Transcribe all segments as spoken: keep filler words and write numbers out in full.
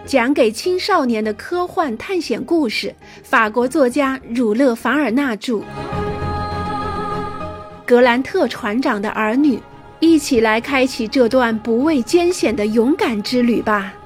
讲给青少年的科幻探险故事，法国作家儒勒·凡尔纳著。格兰特船长的儿女，一起来开启这段不畏艰险的勇敢之旅吧。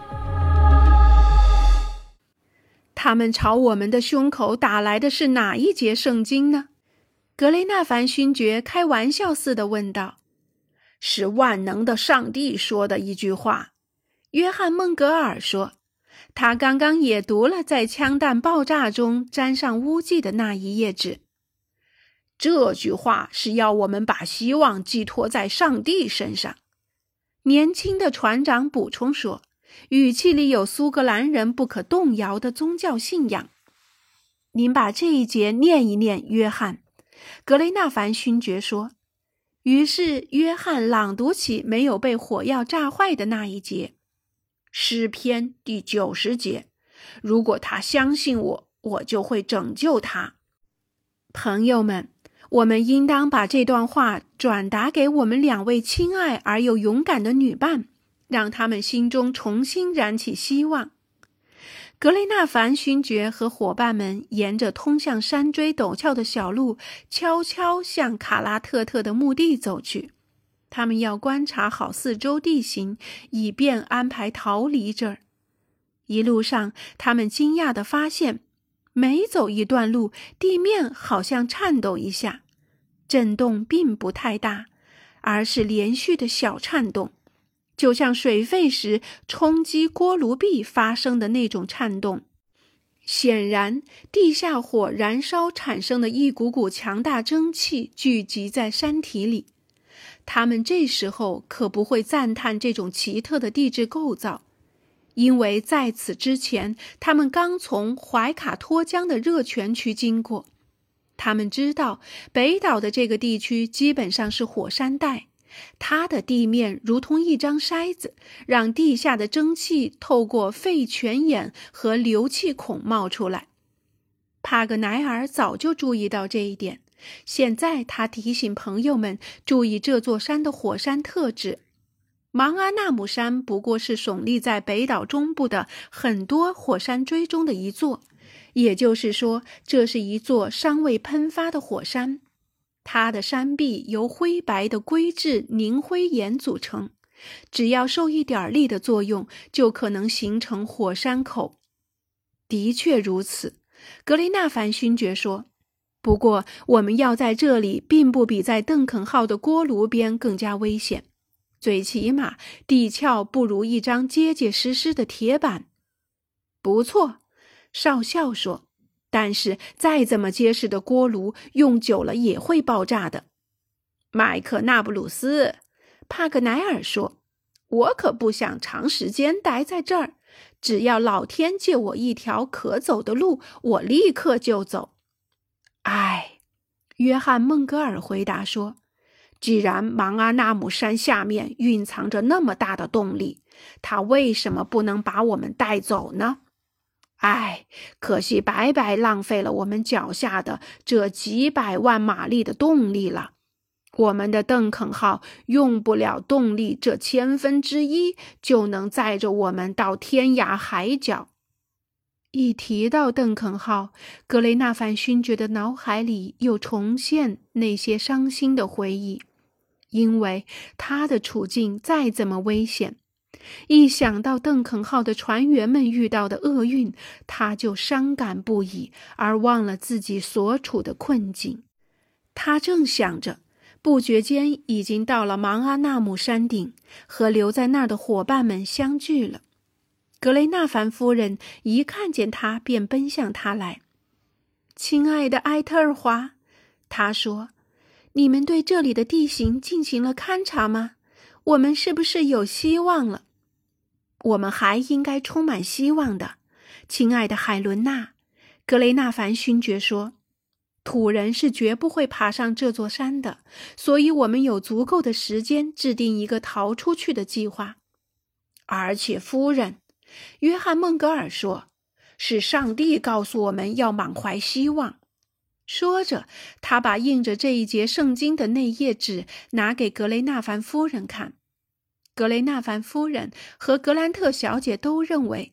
他们朝我们的胸口打来的是哪一节圣经呢？格雷纳凡勋爵开玩笑似的问道。是万能的上帝说的一句话，约翰·孟格尔说。他刚刚也读了在枪弹爆炸中沾上污迹的那一页纸。这句话是要我们把希望寄托在上帝身上。年轻的船长补充说，语气里有苏格兰人不可动摇的宗教信仰。您把这一节念一念，约翰。格雷纳凡勋爵说。于是约翰朗读起没有被火药炸坏的那一节。诗篇第九十节，如果他相信我，我就会拯救他。朋友们，我们应当把这段话转达给我们两位亲爱而又勇敢的女伴，让他们心中重新燃起希望。格雷纳凡勋爵和伙伴们沿着通向山锥陡峭的小路，悄悄向卡拉特特的墓地走去。他们要观察好四周地形，以便安排逃离这儿。一路上，他们惊讶地发现，每走一段路，地面好像颤抖一下，震动并不太大，而是连续的小颤动，就像水沸时冲击锅炉壁发生的那种颤动。显然，地下火燃烧产生的一股股强大蒸汽聚集在山体里。他们这时候可不会赞叹这种奇特的地质构造，因为在此之前，他们刚从怀卡托江的热泉区经过。他们知道北岛的这个地区基本上是火山带，它的地面如同一张筛子，让地下的蒸汽透过沸泉眼和流气孔冒出来。帕格奈尔早就注意到这一点，现在他提醒朋友们注意这座山的火山特质。芒阿纳姆山不过是耸立在北岛中部的很多火山锥中的一座，也就是说，这是一座尚未喷发的火山。它的山壁由灰白的硅质凝灰岩组成，只要受一点力的作用，就可能形成火山口。的确如此，格雷纳凡勋爵说。不过，我们要在这里并不比在邓肯号的锅炉边更加危险，最起码地壳不如一张结结实实的铁板。不错，少校说，但是再怎么结实的锅炉，用久了也会爆炸的。麦克纳布鲁斯，帕格奈尔说，我可不想长时间待在这儿，只要老天借我一条可走的路，我立刻就走。唉，约翰·孟格尔回答说，既然芒阿纳姆山下面蕴藏着那么大的动力，他为什么不能把我们带走呢？唉，可惜白白浪费了我们脚下的这几百万马力的动力了。我们的邓肯号用不了动力这千分之一，就能载着我们到天涯海角。一提到邓肯号，格雷纳凡勋爵的脑海里又重现那些伤心的回忆，因为他的处境再怎么危险，一想到邓肯号的船员们遇到的厄运，他就伤感不已，而忘了自己所处的困境。他正想着，不觉间已经到了芒阿纳姆山顶，和留在那儿的伙伴们相聚了。格雷纳凡夫人一看见他便奔向他来。亲爱的埃特尔华，他说，你们对这里的地形进行了勘察吗？我们是不是有希望了？我们还应该充满希望的，亲爱的海伦娜，格雷纳凡勋爵说，土人是绝不会爬上这座山的，所以我们有足够的时间制定一个逃出去的计划。而且夫人，约翰·孟格尔说，是上帝告诉我们要满怀希望。说着，他把印着这一节圣经的那页纸拿给格雷纳凡夫人看。格雷纳凡夫人和格兰特小姐都认为，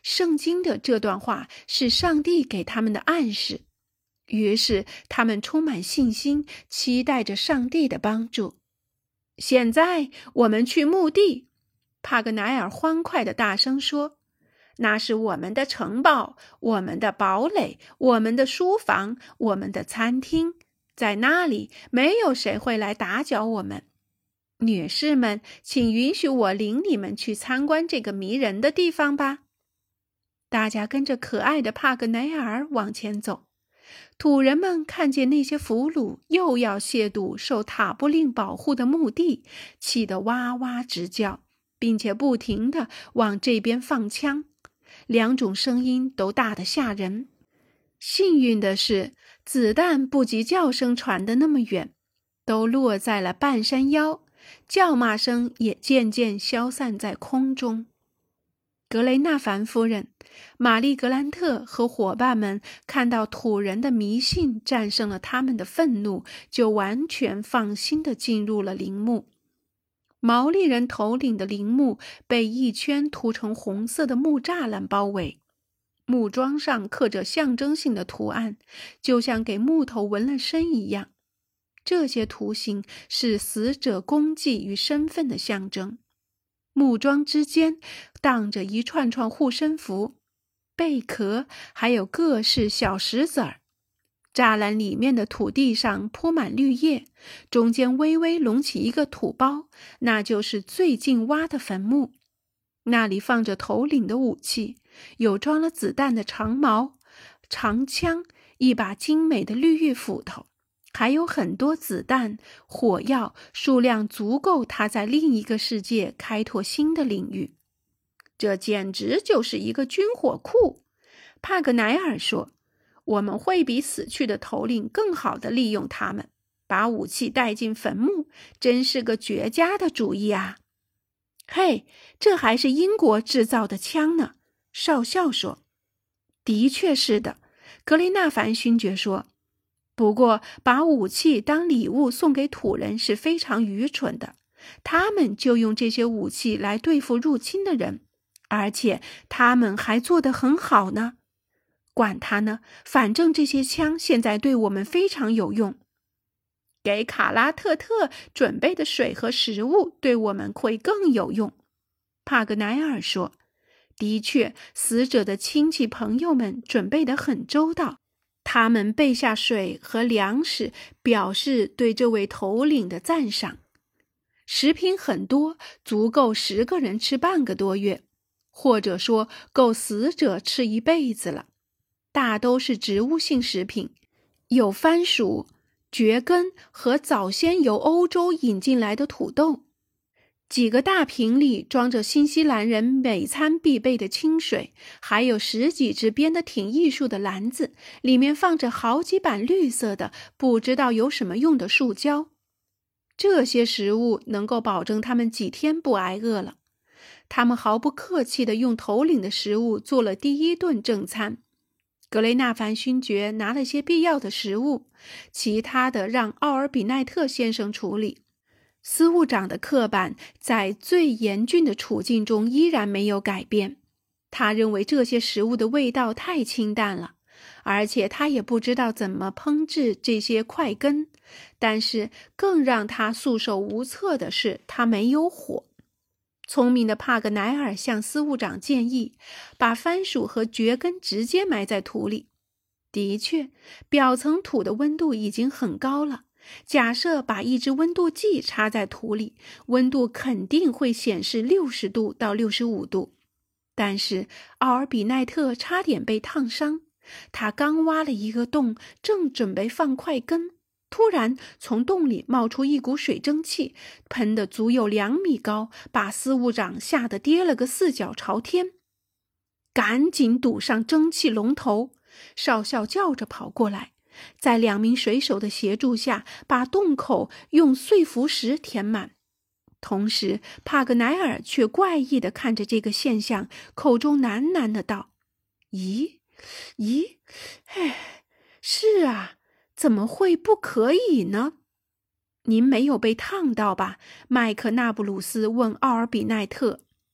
圣经的这段话是上帝给他们的暗示，于是他们充满信心，期待着上帝的帮助。现在我们去墓地，帕格奈尔欢快地大声说，那是我们的城堡，我们的堡垒，我们的书房，我们的餐厅，在那里没有谁会来打搅我们。女士们，请允许我领你们去参观这个迷人的地方吧。大家跟着可爱的帕格奈尔往前走。土人们看见那些俘虏又要亵渎受塔布令保护的墓地，气得哇哇直叫，并且不停地往这边放枪，两种声音都大得吓人。幸运的是，子弹不及叫声传得那么远，都落在了半山腰，叫骂声也渐渐消散在空中。格雷纳凡夫人、玛丽格兰特和伙伴们看到土人的迷信战胜了他们的愤怒，就完全放心地进入了陵墓。毛利人头领的陵墓被一圈涂成红色的木栅栏包围，木桩上刻着象征性的图案，就像给木头纹了身一样。这些图形是死者功绩与身份的象征。木桩之间荡着一串串护身符、贝壳，还有各式小石子儿。栅栏里面的土地上铺满绿叶，中间微微隆起一个土包，那就是最近挖的坟墓。那里放着头领的武器，有装了子弹的长矛、长枪，一把精美的绿玉斧头，还有很多子弹、火药，数量足够他在另一个世界开拓新的领域。这简直就是一个军火库，帕格奈尔说，我们会比死去的头领更好地利用他们，把武器带进坟墓，真是个绝佳的主意啊！嘿，这还是英国制造的枪呢，少校说。的确是的，格雷纳凡勋爵说。不过，把武器当礼物送给土人是非常愚蠢的。他们就用这些武器来对付入侵的人，而且他们还做得很好呢。管他呢，反正这些枪现在对我们非常有用。给卡拉特特准备的水和食物对我们会更有用。帕格奈尔说。的确，死者的亲戚朋友们准备得很周到。他们备下水和粮食，表示对这位头领的赞赏。食品很多，足够十个人吃半个多月，或者说够死者吃一辈子了。大都是植物性食品，有番薯、蕨根和早先由欧洲引进来的土豆。几个大瓶里装着新西兰人每餐必备的清水，还有十几只编得挺艺术的篮子，里面放着好几板绿色的不知道有什么用的树胶。这些食物能够保证他们几天不挨饿了。他们毫不客气地用头领的食物做了第一顿正餐。格雷纳凡勋爵拿了些必要的食物，其他的让奥尔比奈特先生处理。司务长的刻板在最严峻的处境中依然没有改变。他认为这些食物的味道太清淡了，而且他也不知道怎么烹制这些块根。但是更让他束手无策的是，他没有火。聪明的帕格奈尔向司务长建议，把番薯和蕨根直接埋在土里。的确，表层土的温度已经很高了。假设把一支温度计插在土里，温度肯定会显示六十度到六十五度。但是奥尔比奈特差点被烫伤，他刚挖了一个洞，正准备放块根，突然从洞里冒出一股水蒸气，喷得足有两米高，把司务长吓得跌了个四脚朝天。赶紧堵上蒸汽龙头！少校叫着跑过来，在两名水手的协助下，把洞口用碎浮石填满。同时，帕格奈尔却怪异地看着这个现象，口中喃喃地道：“咦，咦，唉，是啊，怎么会不可以呢？”“您没有被烫到吧？”麦克纳布鲁斯问奥尔比奈特。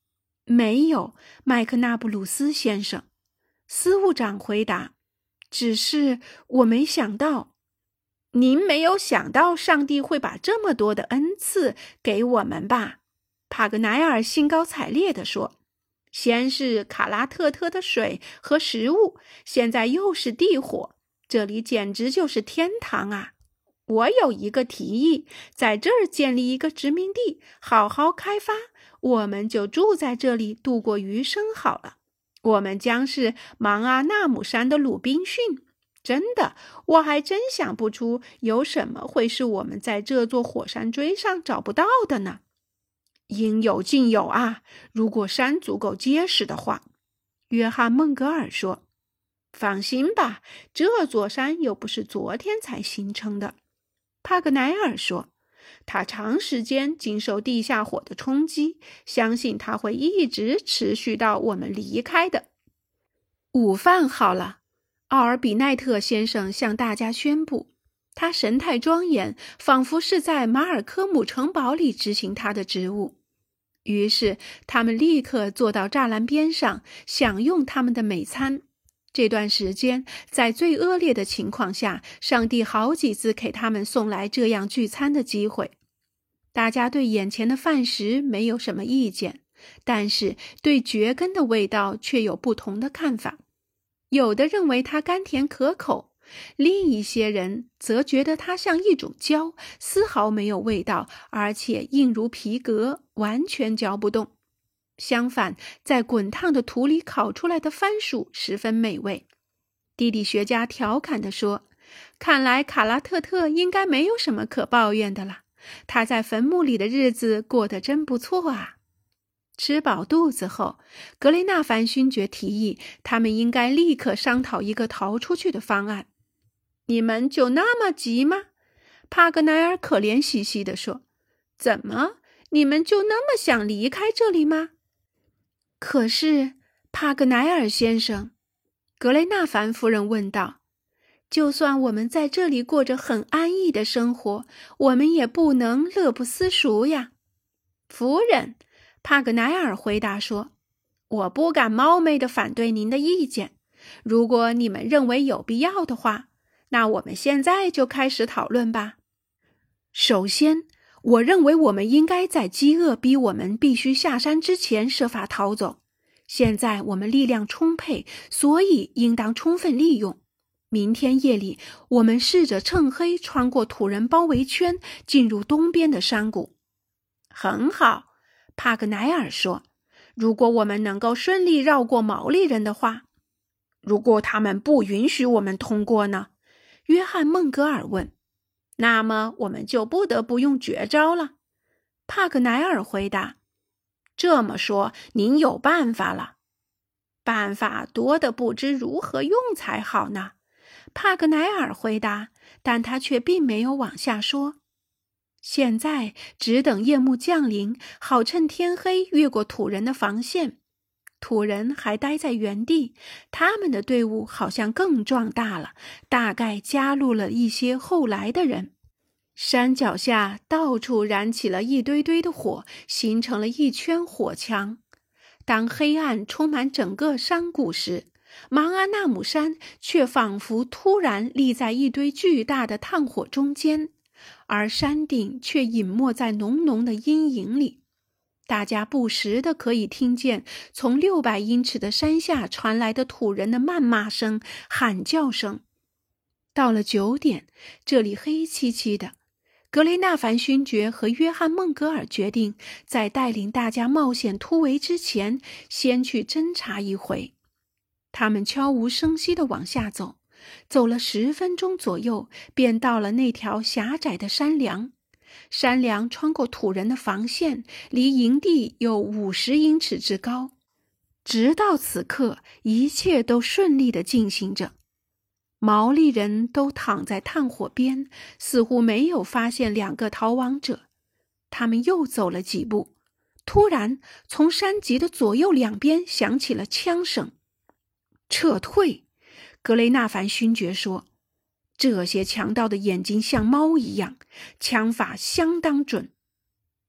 没有，麦克纳布鲁斯先生。司务长回答，只是我没想到。您没有想到上帝会把这么多的恩赐给我们吧？帕格奈尔兴高采烈地说，先是卡拉特特的水和食物，现在又是地火，这里简直就是天堂啊！我有一个提议，在这儿建立一个殖民地，好好开发，我们就住在这里度过余生好了。我们将是芒阿纳姆山的鲁滨逊。真的，我还真想不出有什么会是我们在这座火山锥上找不到的呢。应有尽有啊，如果山足够结实的话。约翰·孟格尔说，放心吧，这座山又不是昨天才形成的。帕格奈尔说，他长时间经受地下火的冲击，相信他会一直持续到我们离开的。午饭好了，奥尔比奈特先生向大家宣布，他神态庄严，仿佛是在马尔科姆城堡里执行他的职务。于是他们立刻坐到栅栏边上，享用他们的美餐。这段时间，在最恶劣的情况下，上帝好几次给他们送来这样聚餐的机会。大家对眼前的饭食没有什么意见，但是对蕨根的味道却有不同的看法。有的认为它甘甜可口，另一些人则觉得它像一种胶，丝毫没有味道，而且硬如皮革，完全嚼不动。相反，在滚烫的土里烤出来的番薯十分美味。地理学家调侃地说，看来卡拉特特应该没有什么可抱怨的了，他在坟墓里的日子过得真不错啊。吃饱肚子后，格雷纳凡勋爵提议他们应该立刻商讨一个逃出去的方案。你们就那么急吗？帕格奈尔可怜兮兮地说，怎么，你们就那么想离开这里吗？可是，帕格奈尔先生，格雷纳凡夫人问道，就算我们在这里过着很安逸的生活，我们也不能乐不思蜀呀。夫人，帕格奈尔回答说，我不敢冒昧地反对您的意见。如果你们认为有必要的话，那我们现在就开始讨论吧。首先，我认为我们应该在饥饿逼我们必须下山之前设法逃走。现在我们力量充沛，所以应当充分利用。明天夜里，我们试着趁黑穿过土人包围圈，进入东边的山谷。很好，帕格奈尔说，如果我们能够顺利绕过毛利人的话。如果他们不允许我们通过呢？约翰·孟格尔问。那么我们就不得不用绝招了。帕格奈尔回答。这么说，您有办法了。办法多得不知如何用才好呢。帕格奈尔回答，但他却并没有往下说。现在只等夜幕降临，好趁天黑越过土人的防线。土人还待在原地，他们的队伍好像更壮大了，大概加入了一些后来的人。山脚下到处燃起了一堆堆的火，形成了一圈火墙。当黑暗充满整个山谷时，芒阿纳姆山却仿佛突然立在一堆巨大的炭火中间，而山顶却隐没在浓浓的阴影里。大家不时地可以听见从六百英尺的山下传来的土人的谩骂声、喊叫声。到了九点，这里黑漆漆的。格雷纳凡勋爵和约翰·孟格尔决定，在带领大家冒险突围之前，先去侦查一回。他们悄无声息地往下走，走了十分钟左右，便到了那条狭窄的山梁。山梁穿过土人的防线，离营地有五十英尺之高。直到此刻，一切都顺利地进行着。毛利人都躺在炭火边，似乎没有发现两个逃亡者。他们又走了几步，突然从山脊的左右两边响起了枪声。撤退，格雷纳凡勋爵说。这些强盗的眼睛像猫一样，枪法相当准。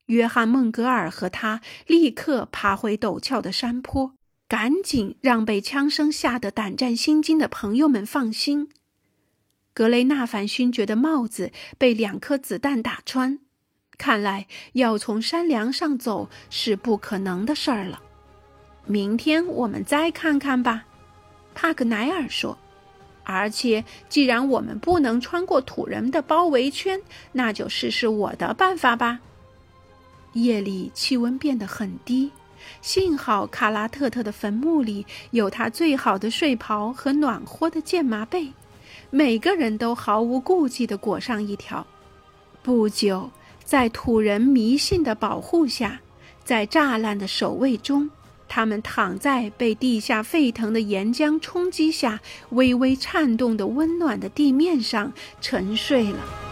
约翰·孟格尔和他立刻爬回陡峭的山坡，赶紧让被枪声吓得胆战心惊的朋友们放心。格雷纳凡勋爵的帽子被两颗子弹打穿，看来要从山梁上走是不可能的事儿了。明天我们再看看吧，帕格奈尔说。而且既然我们不能穿过土人的包围圈，那就试试我的办法吧。夜里气温变得很低，幸好卡拉特特的坟墓里有他最好的睡袍和暖和的箭麻被，每个人都毫无顾忌地裹上一条。不久，在土人迷信的保护下，在栅栏的守卫中，他们躺在被地下沸腾的岩浆冲击下微微颤动的温暖的地面上沉睡了。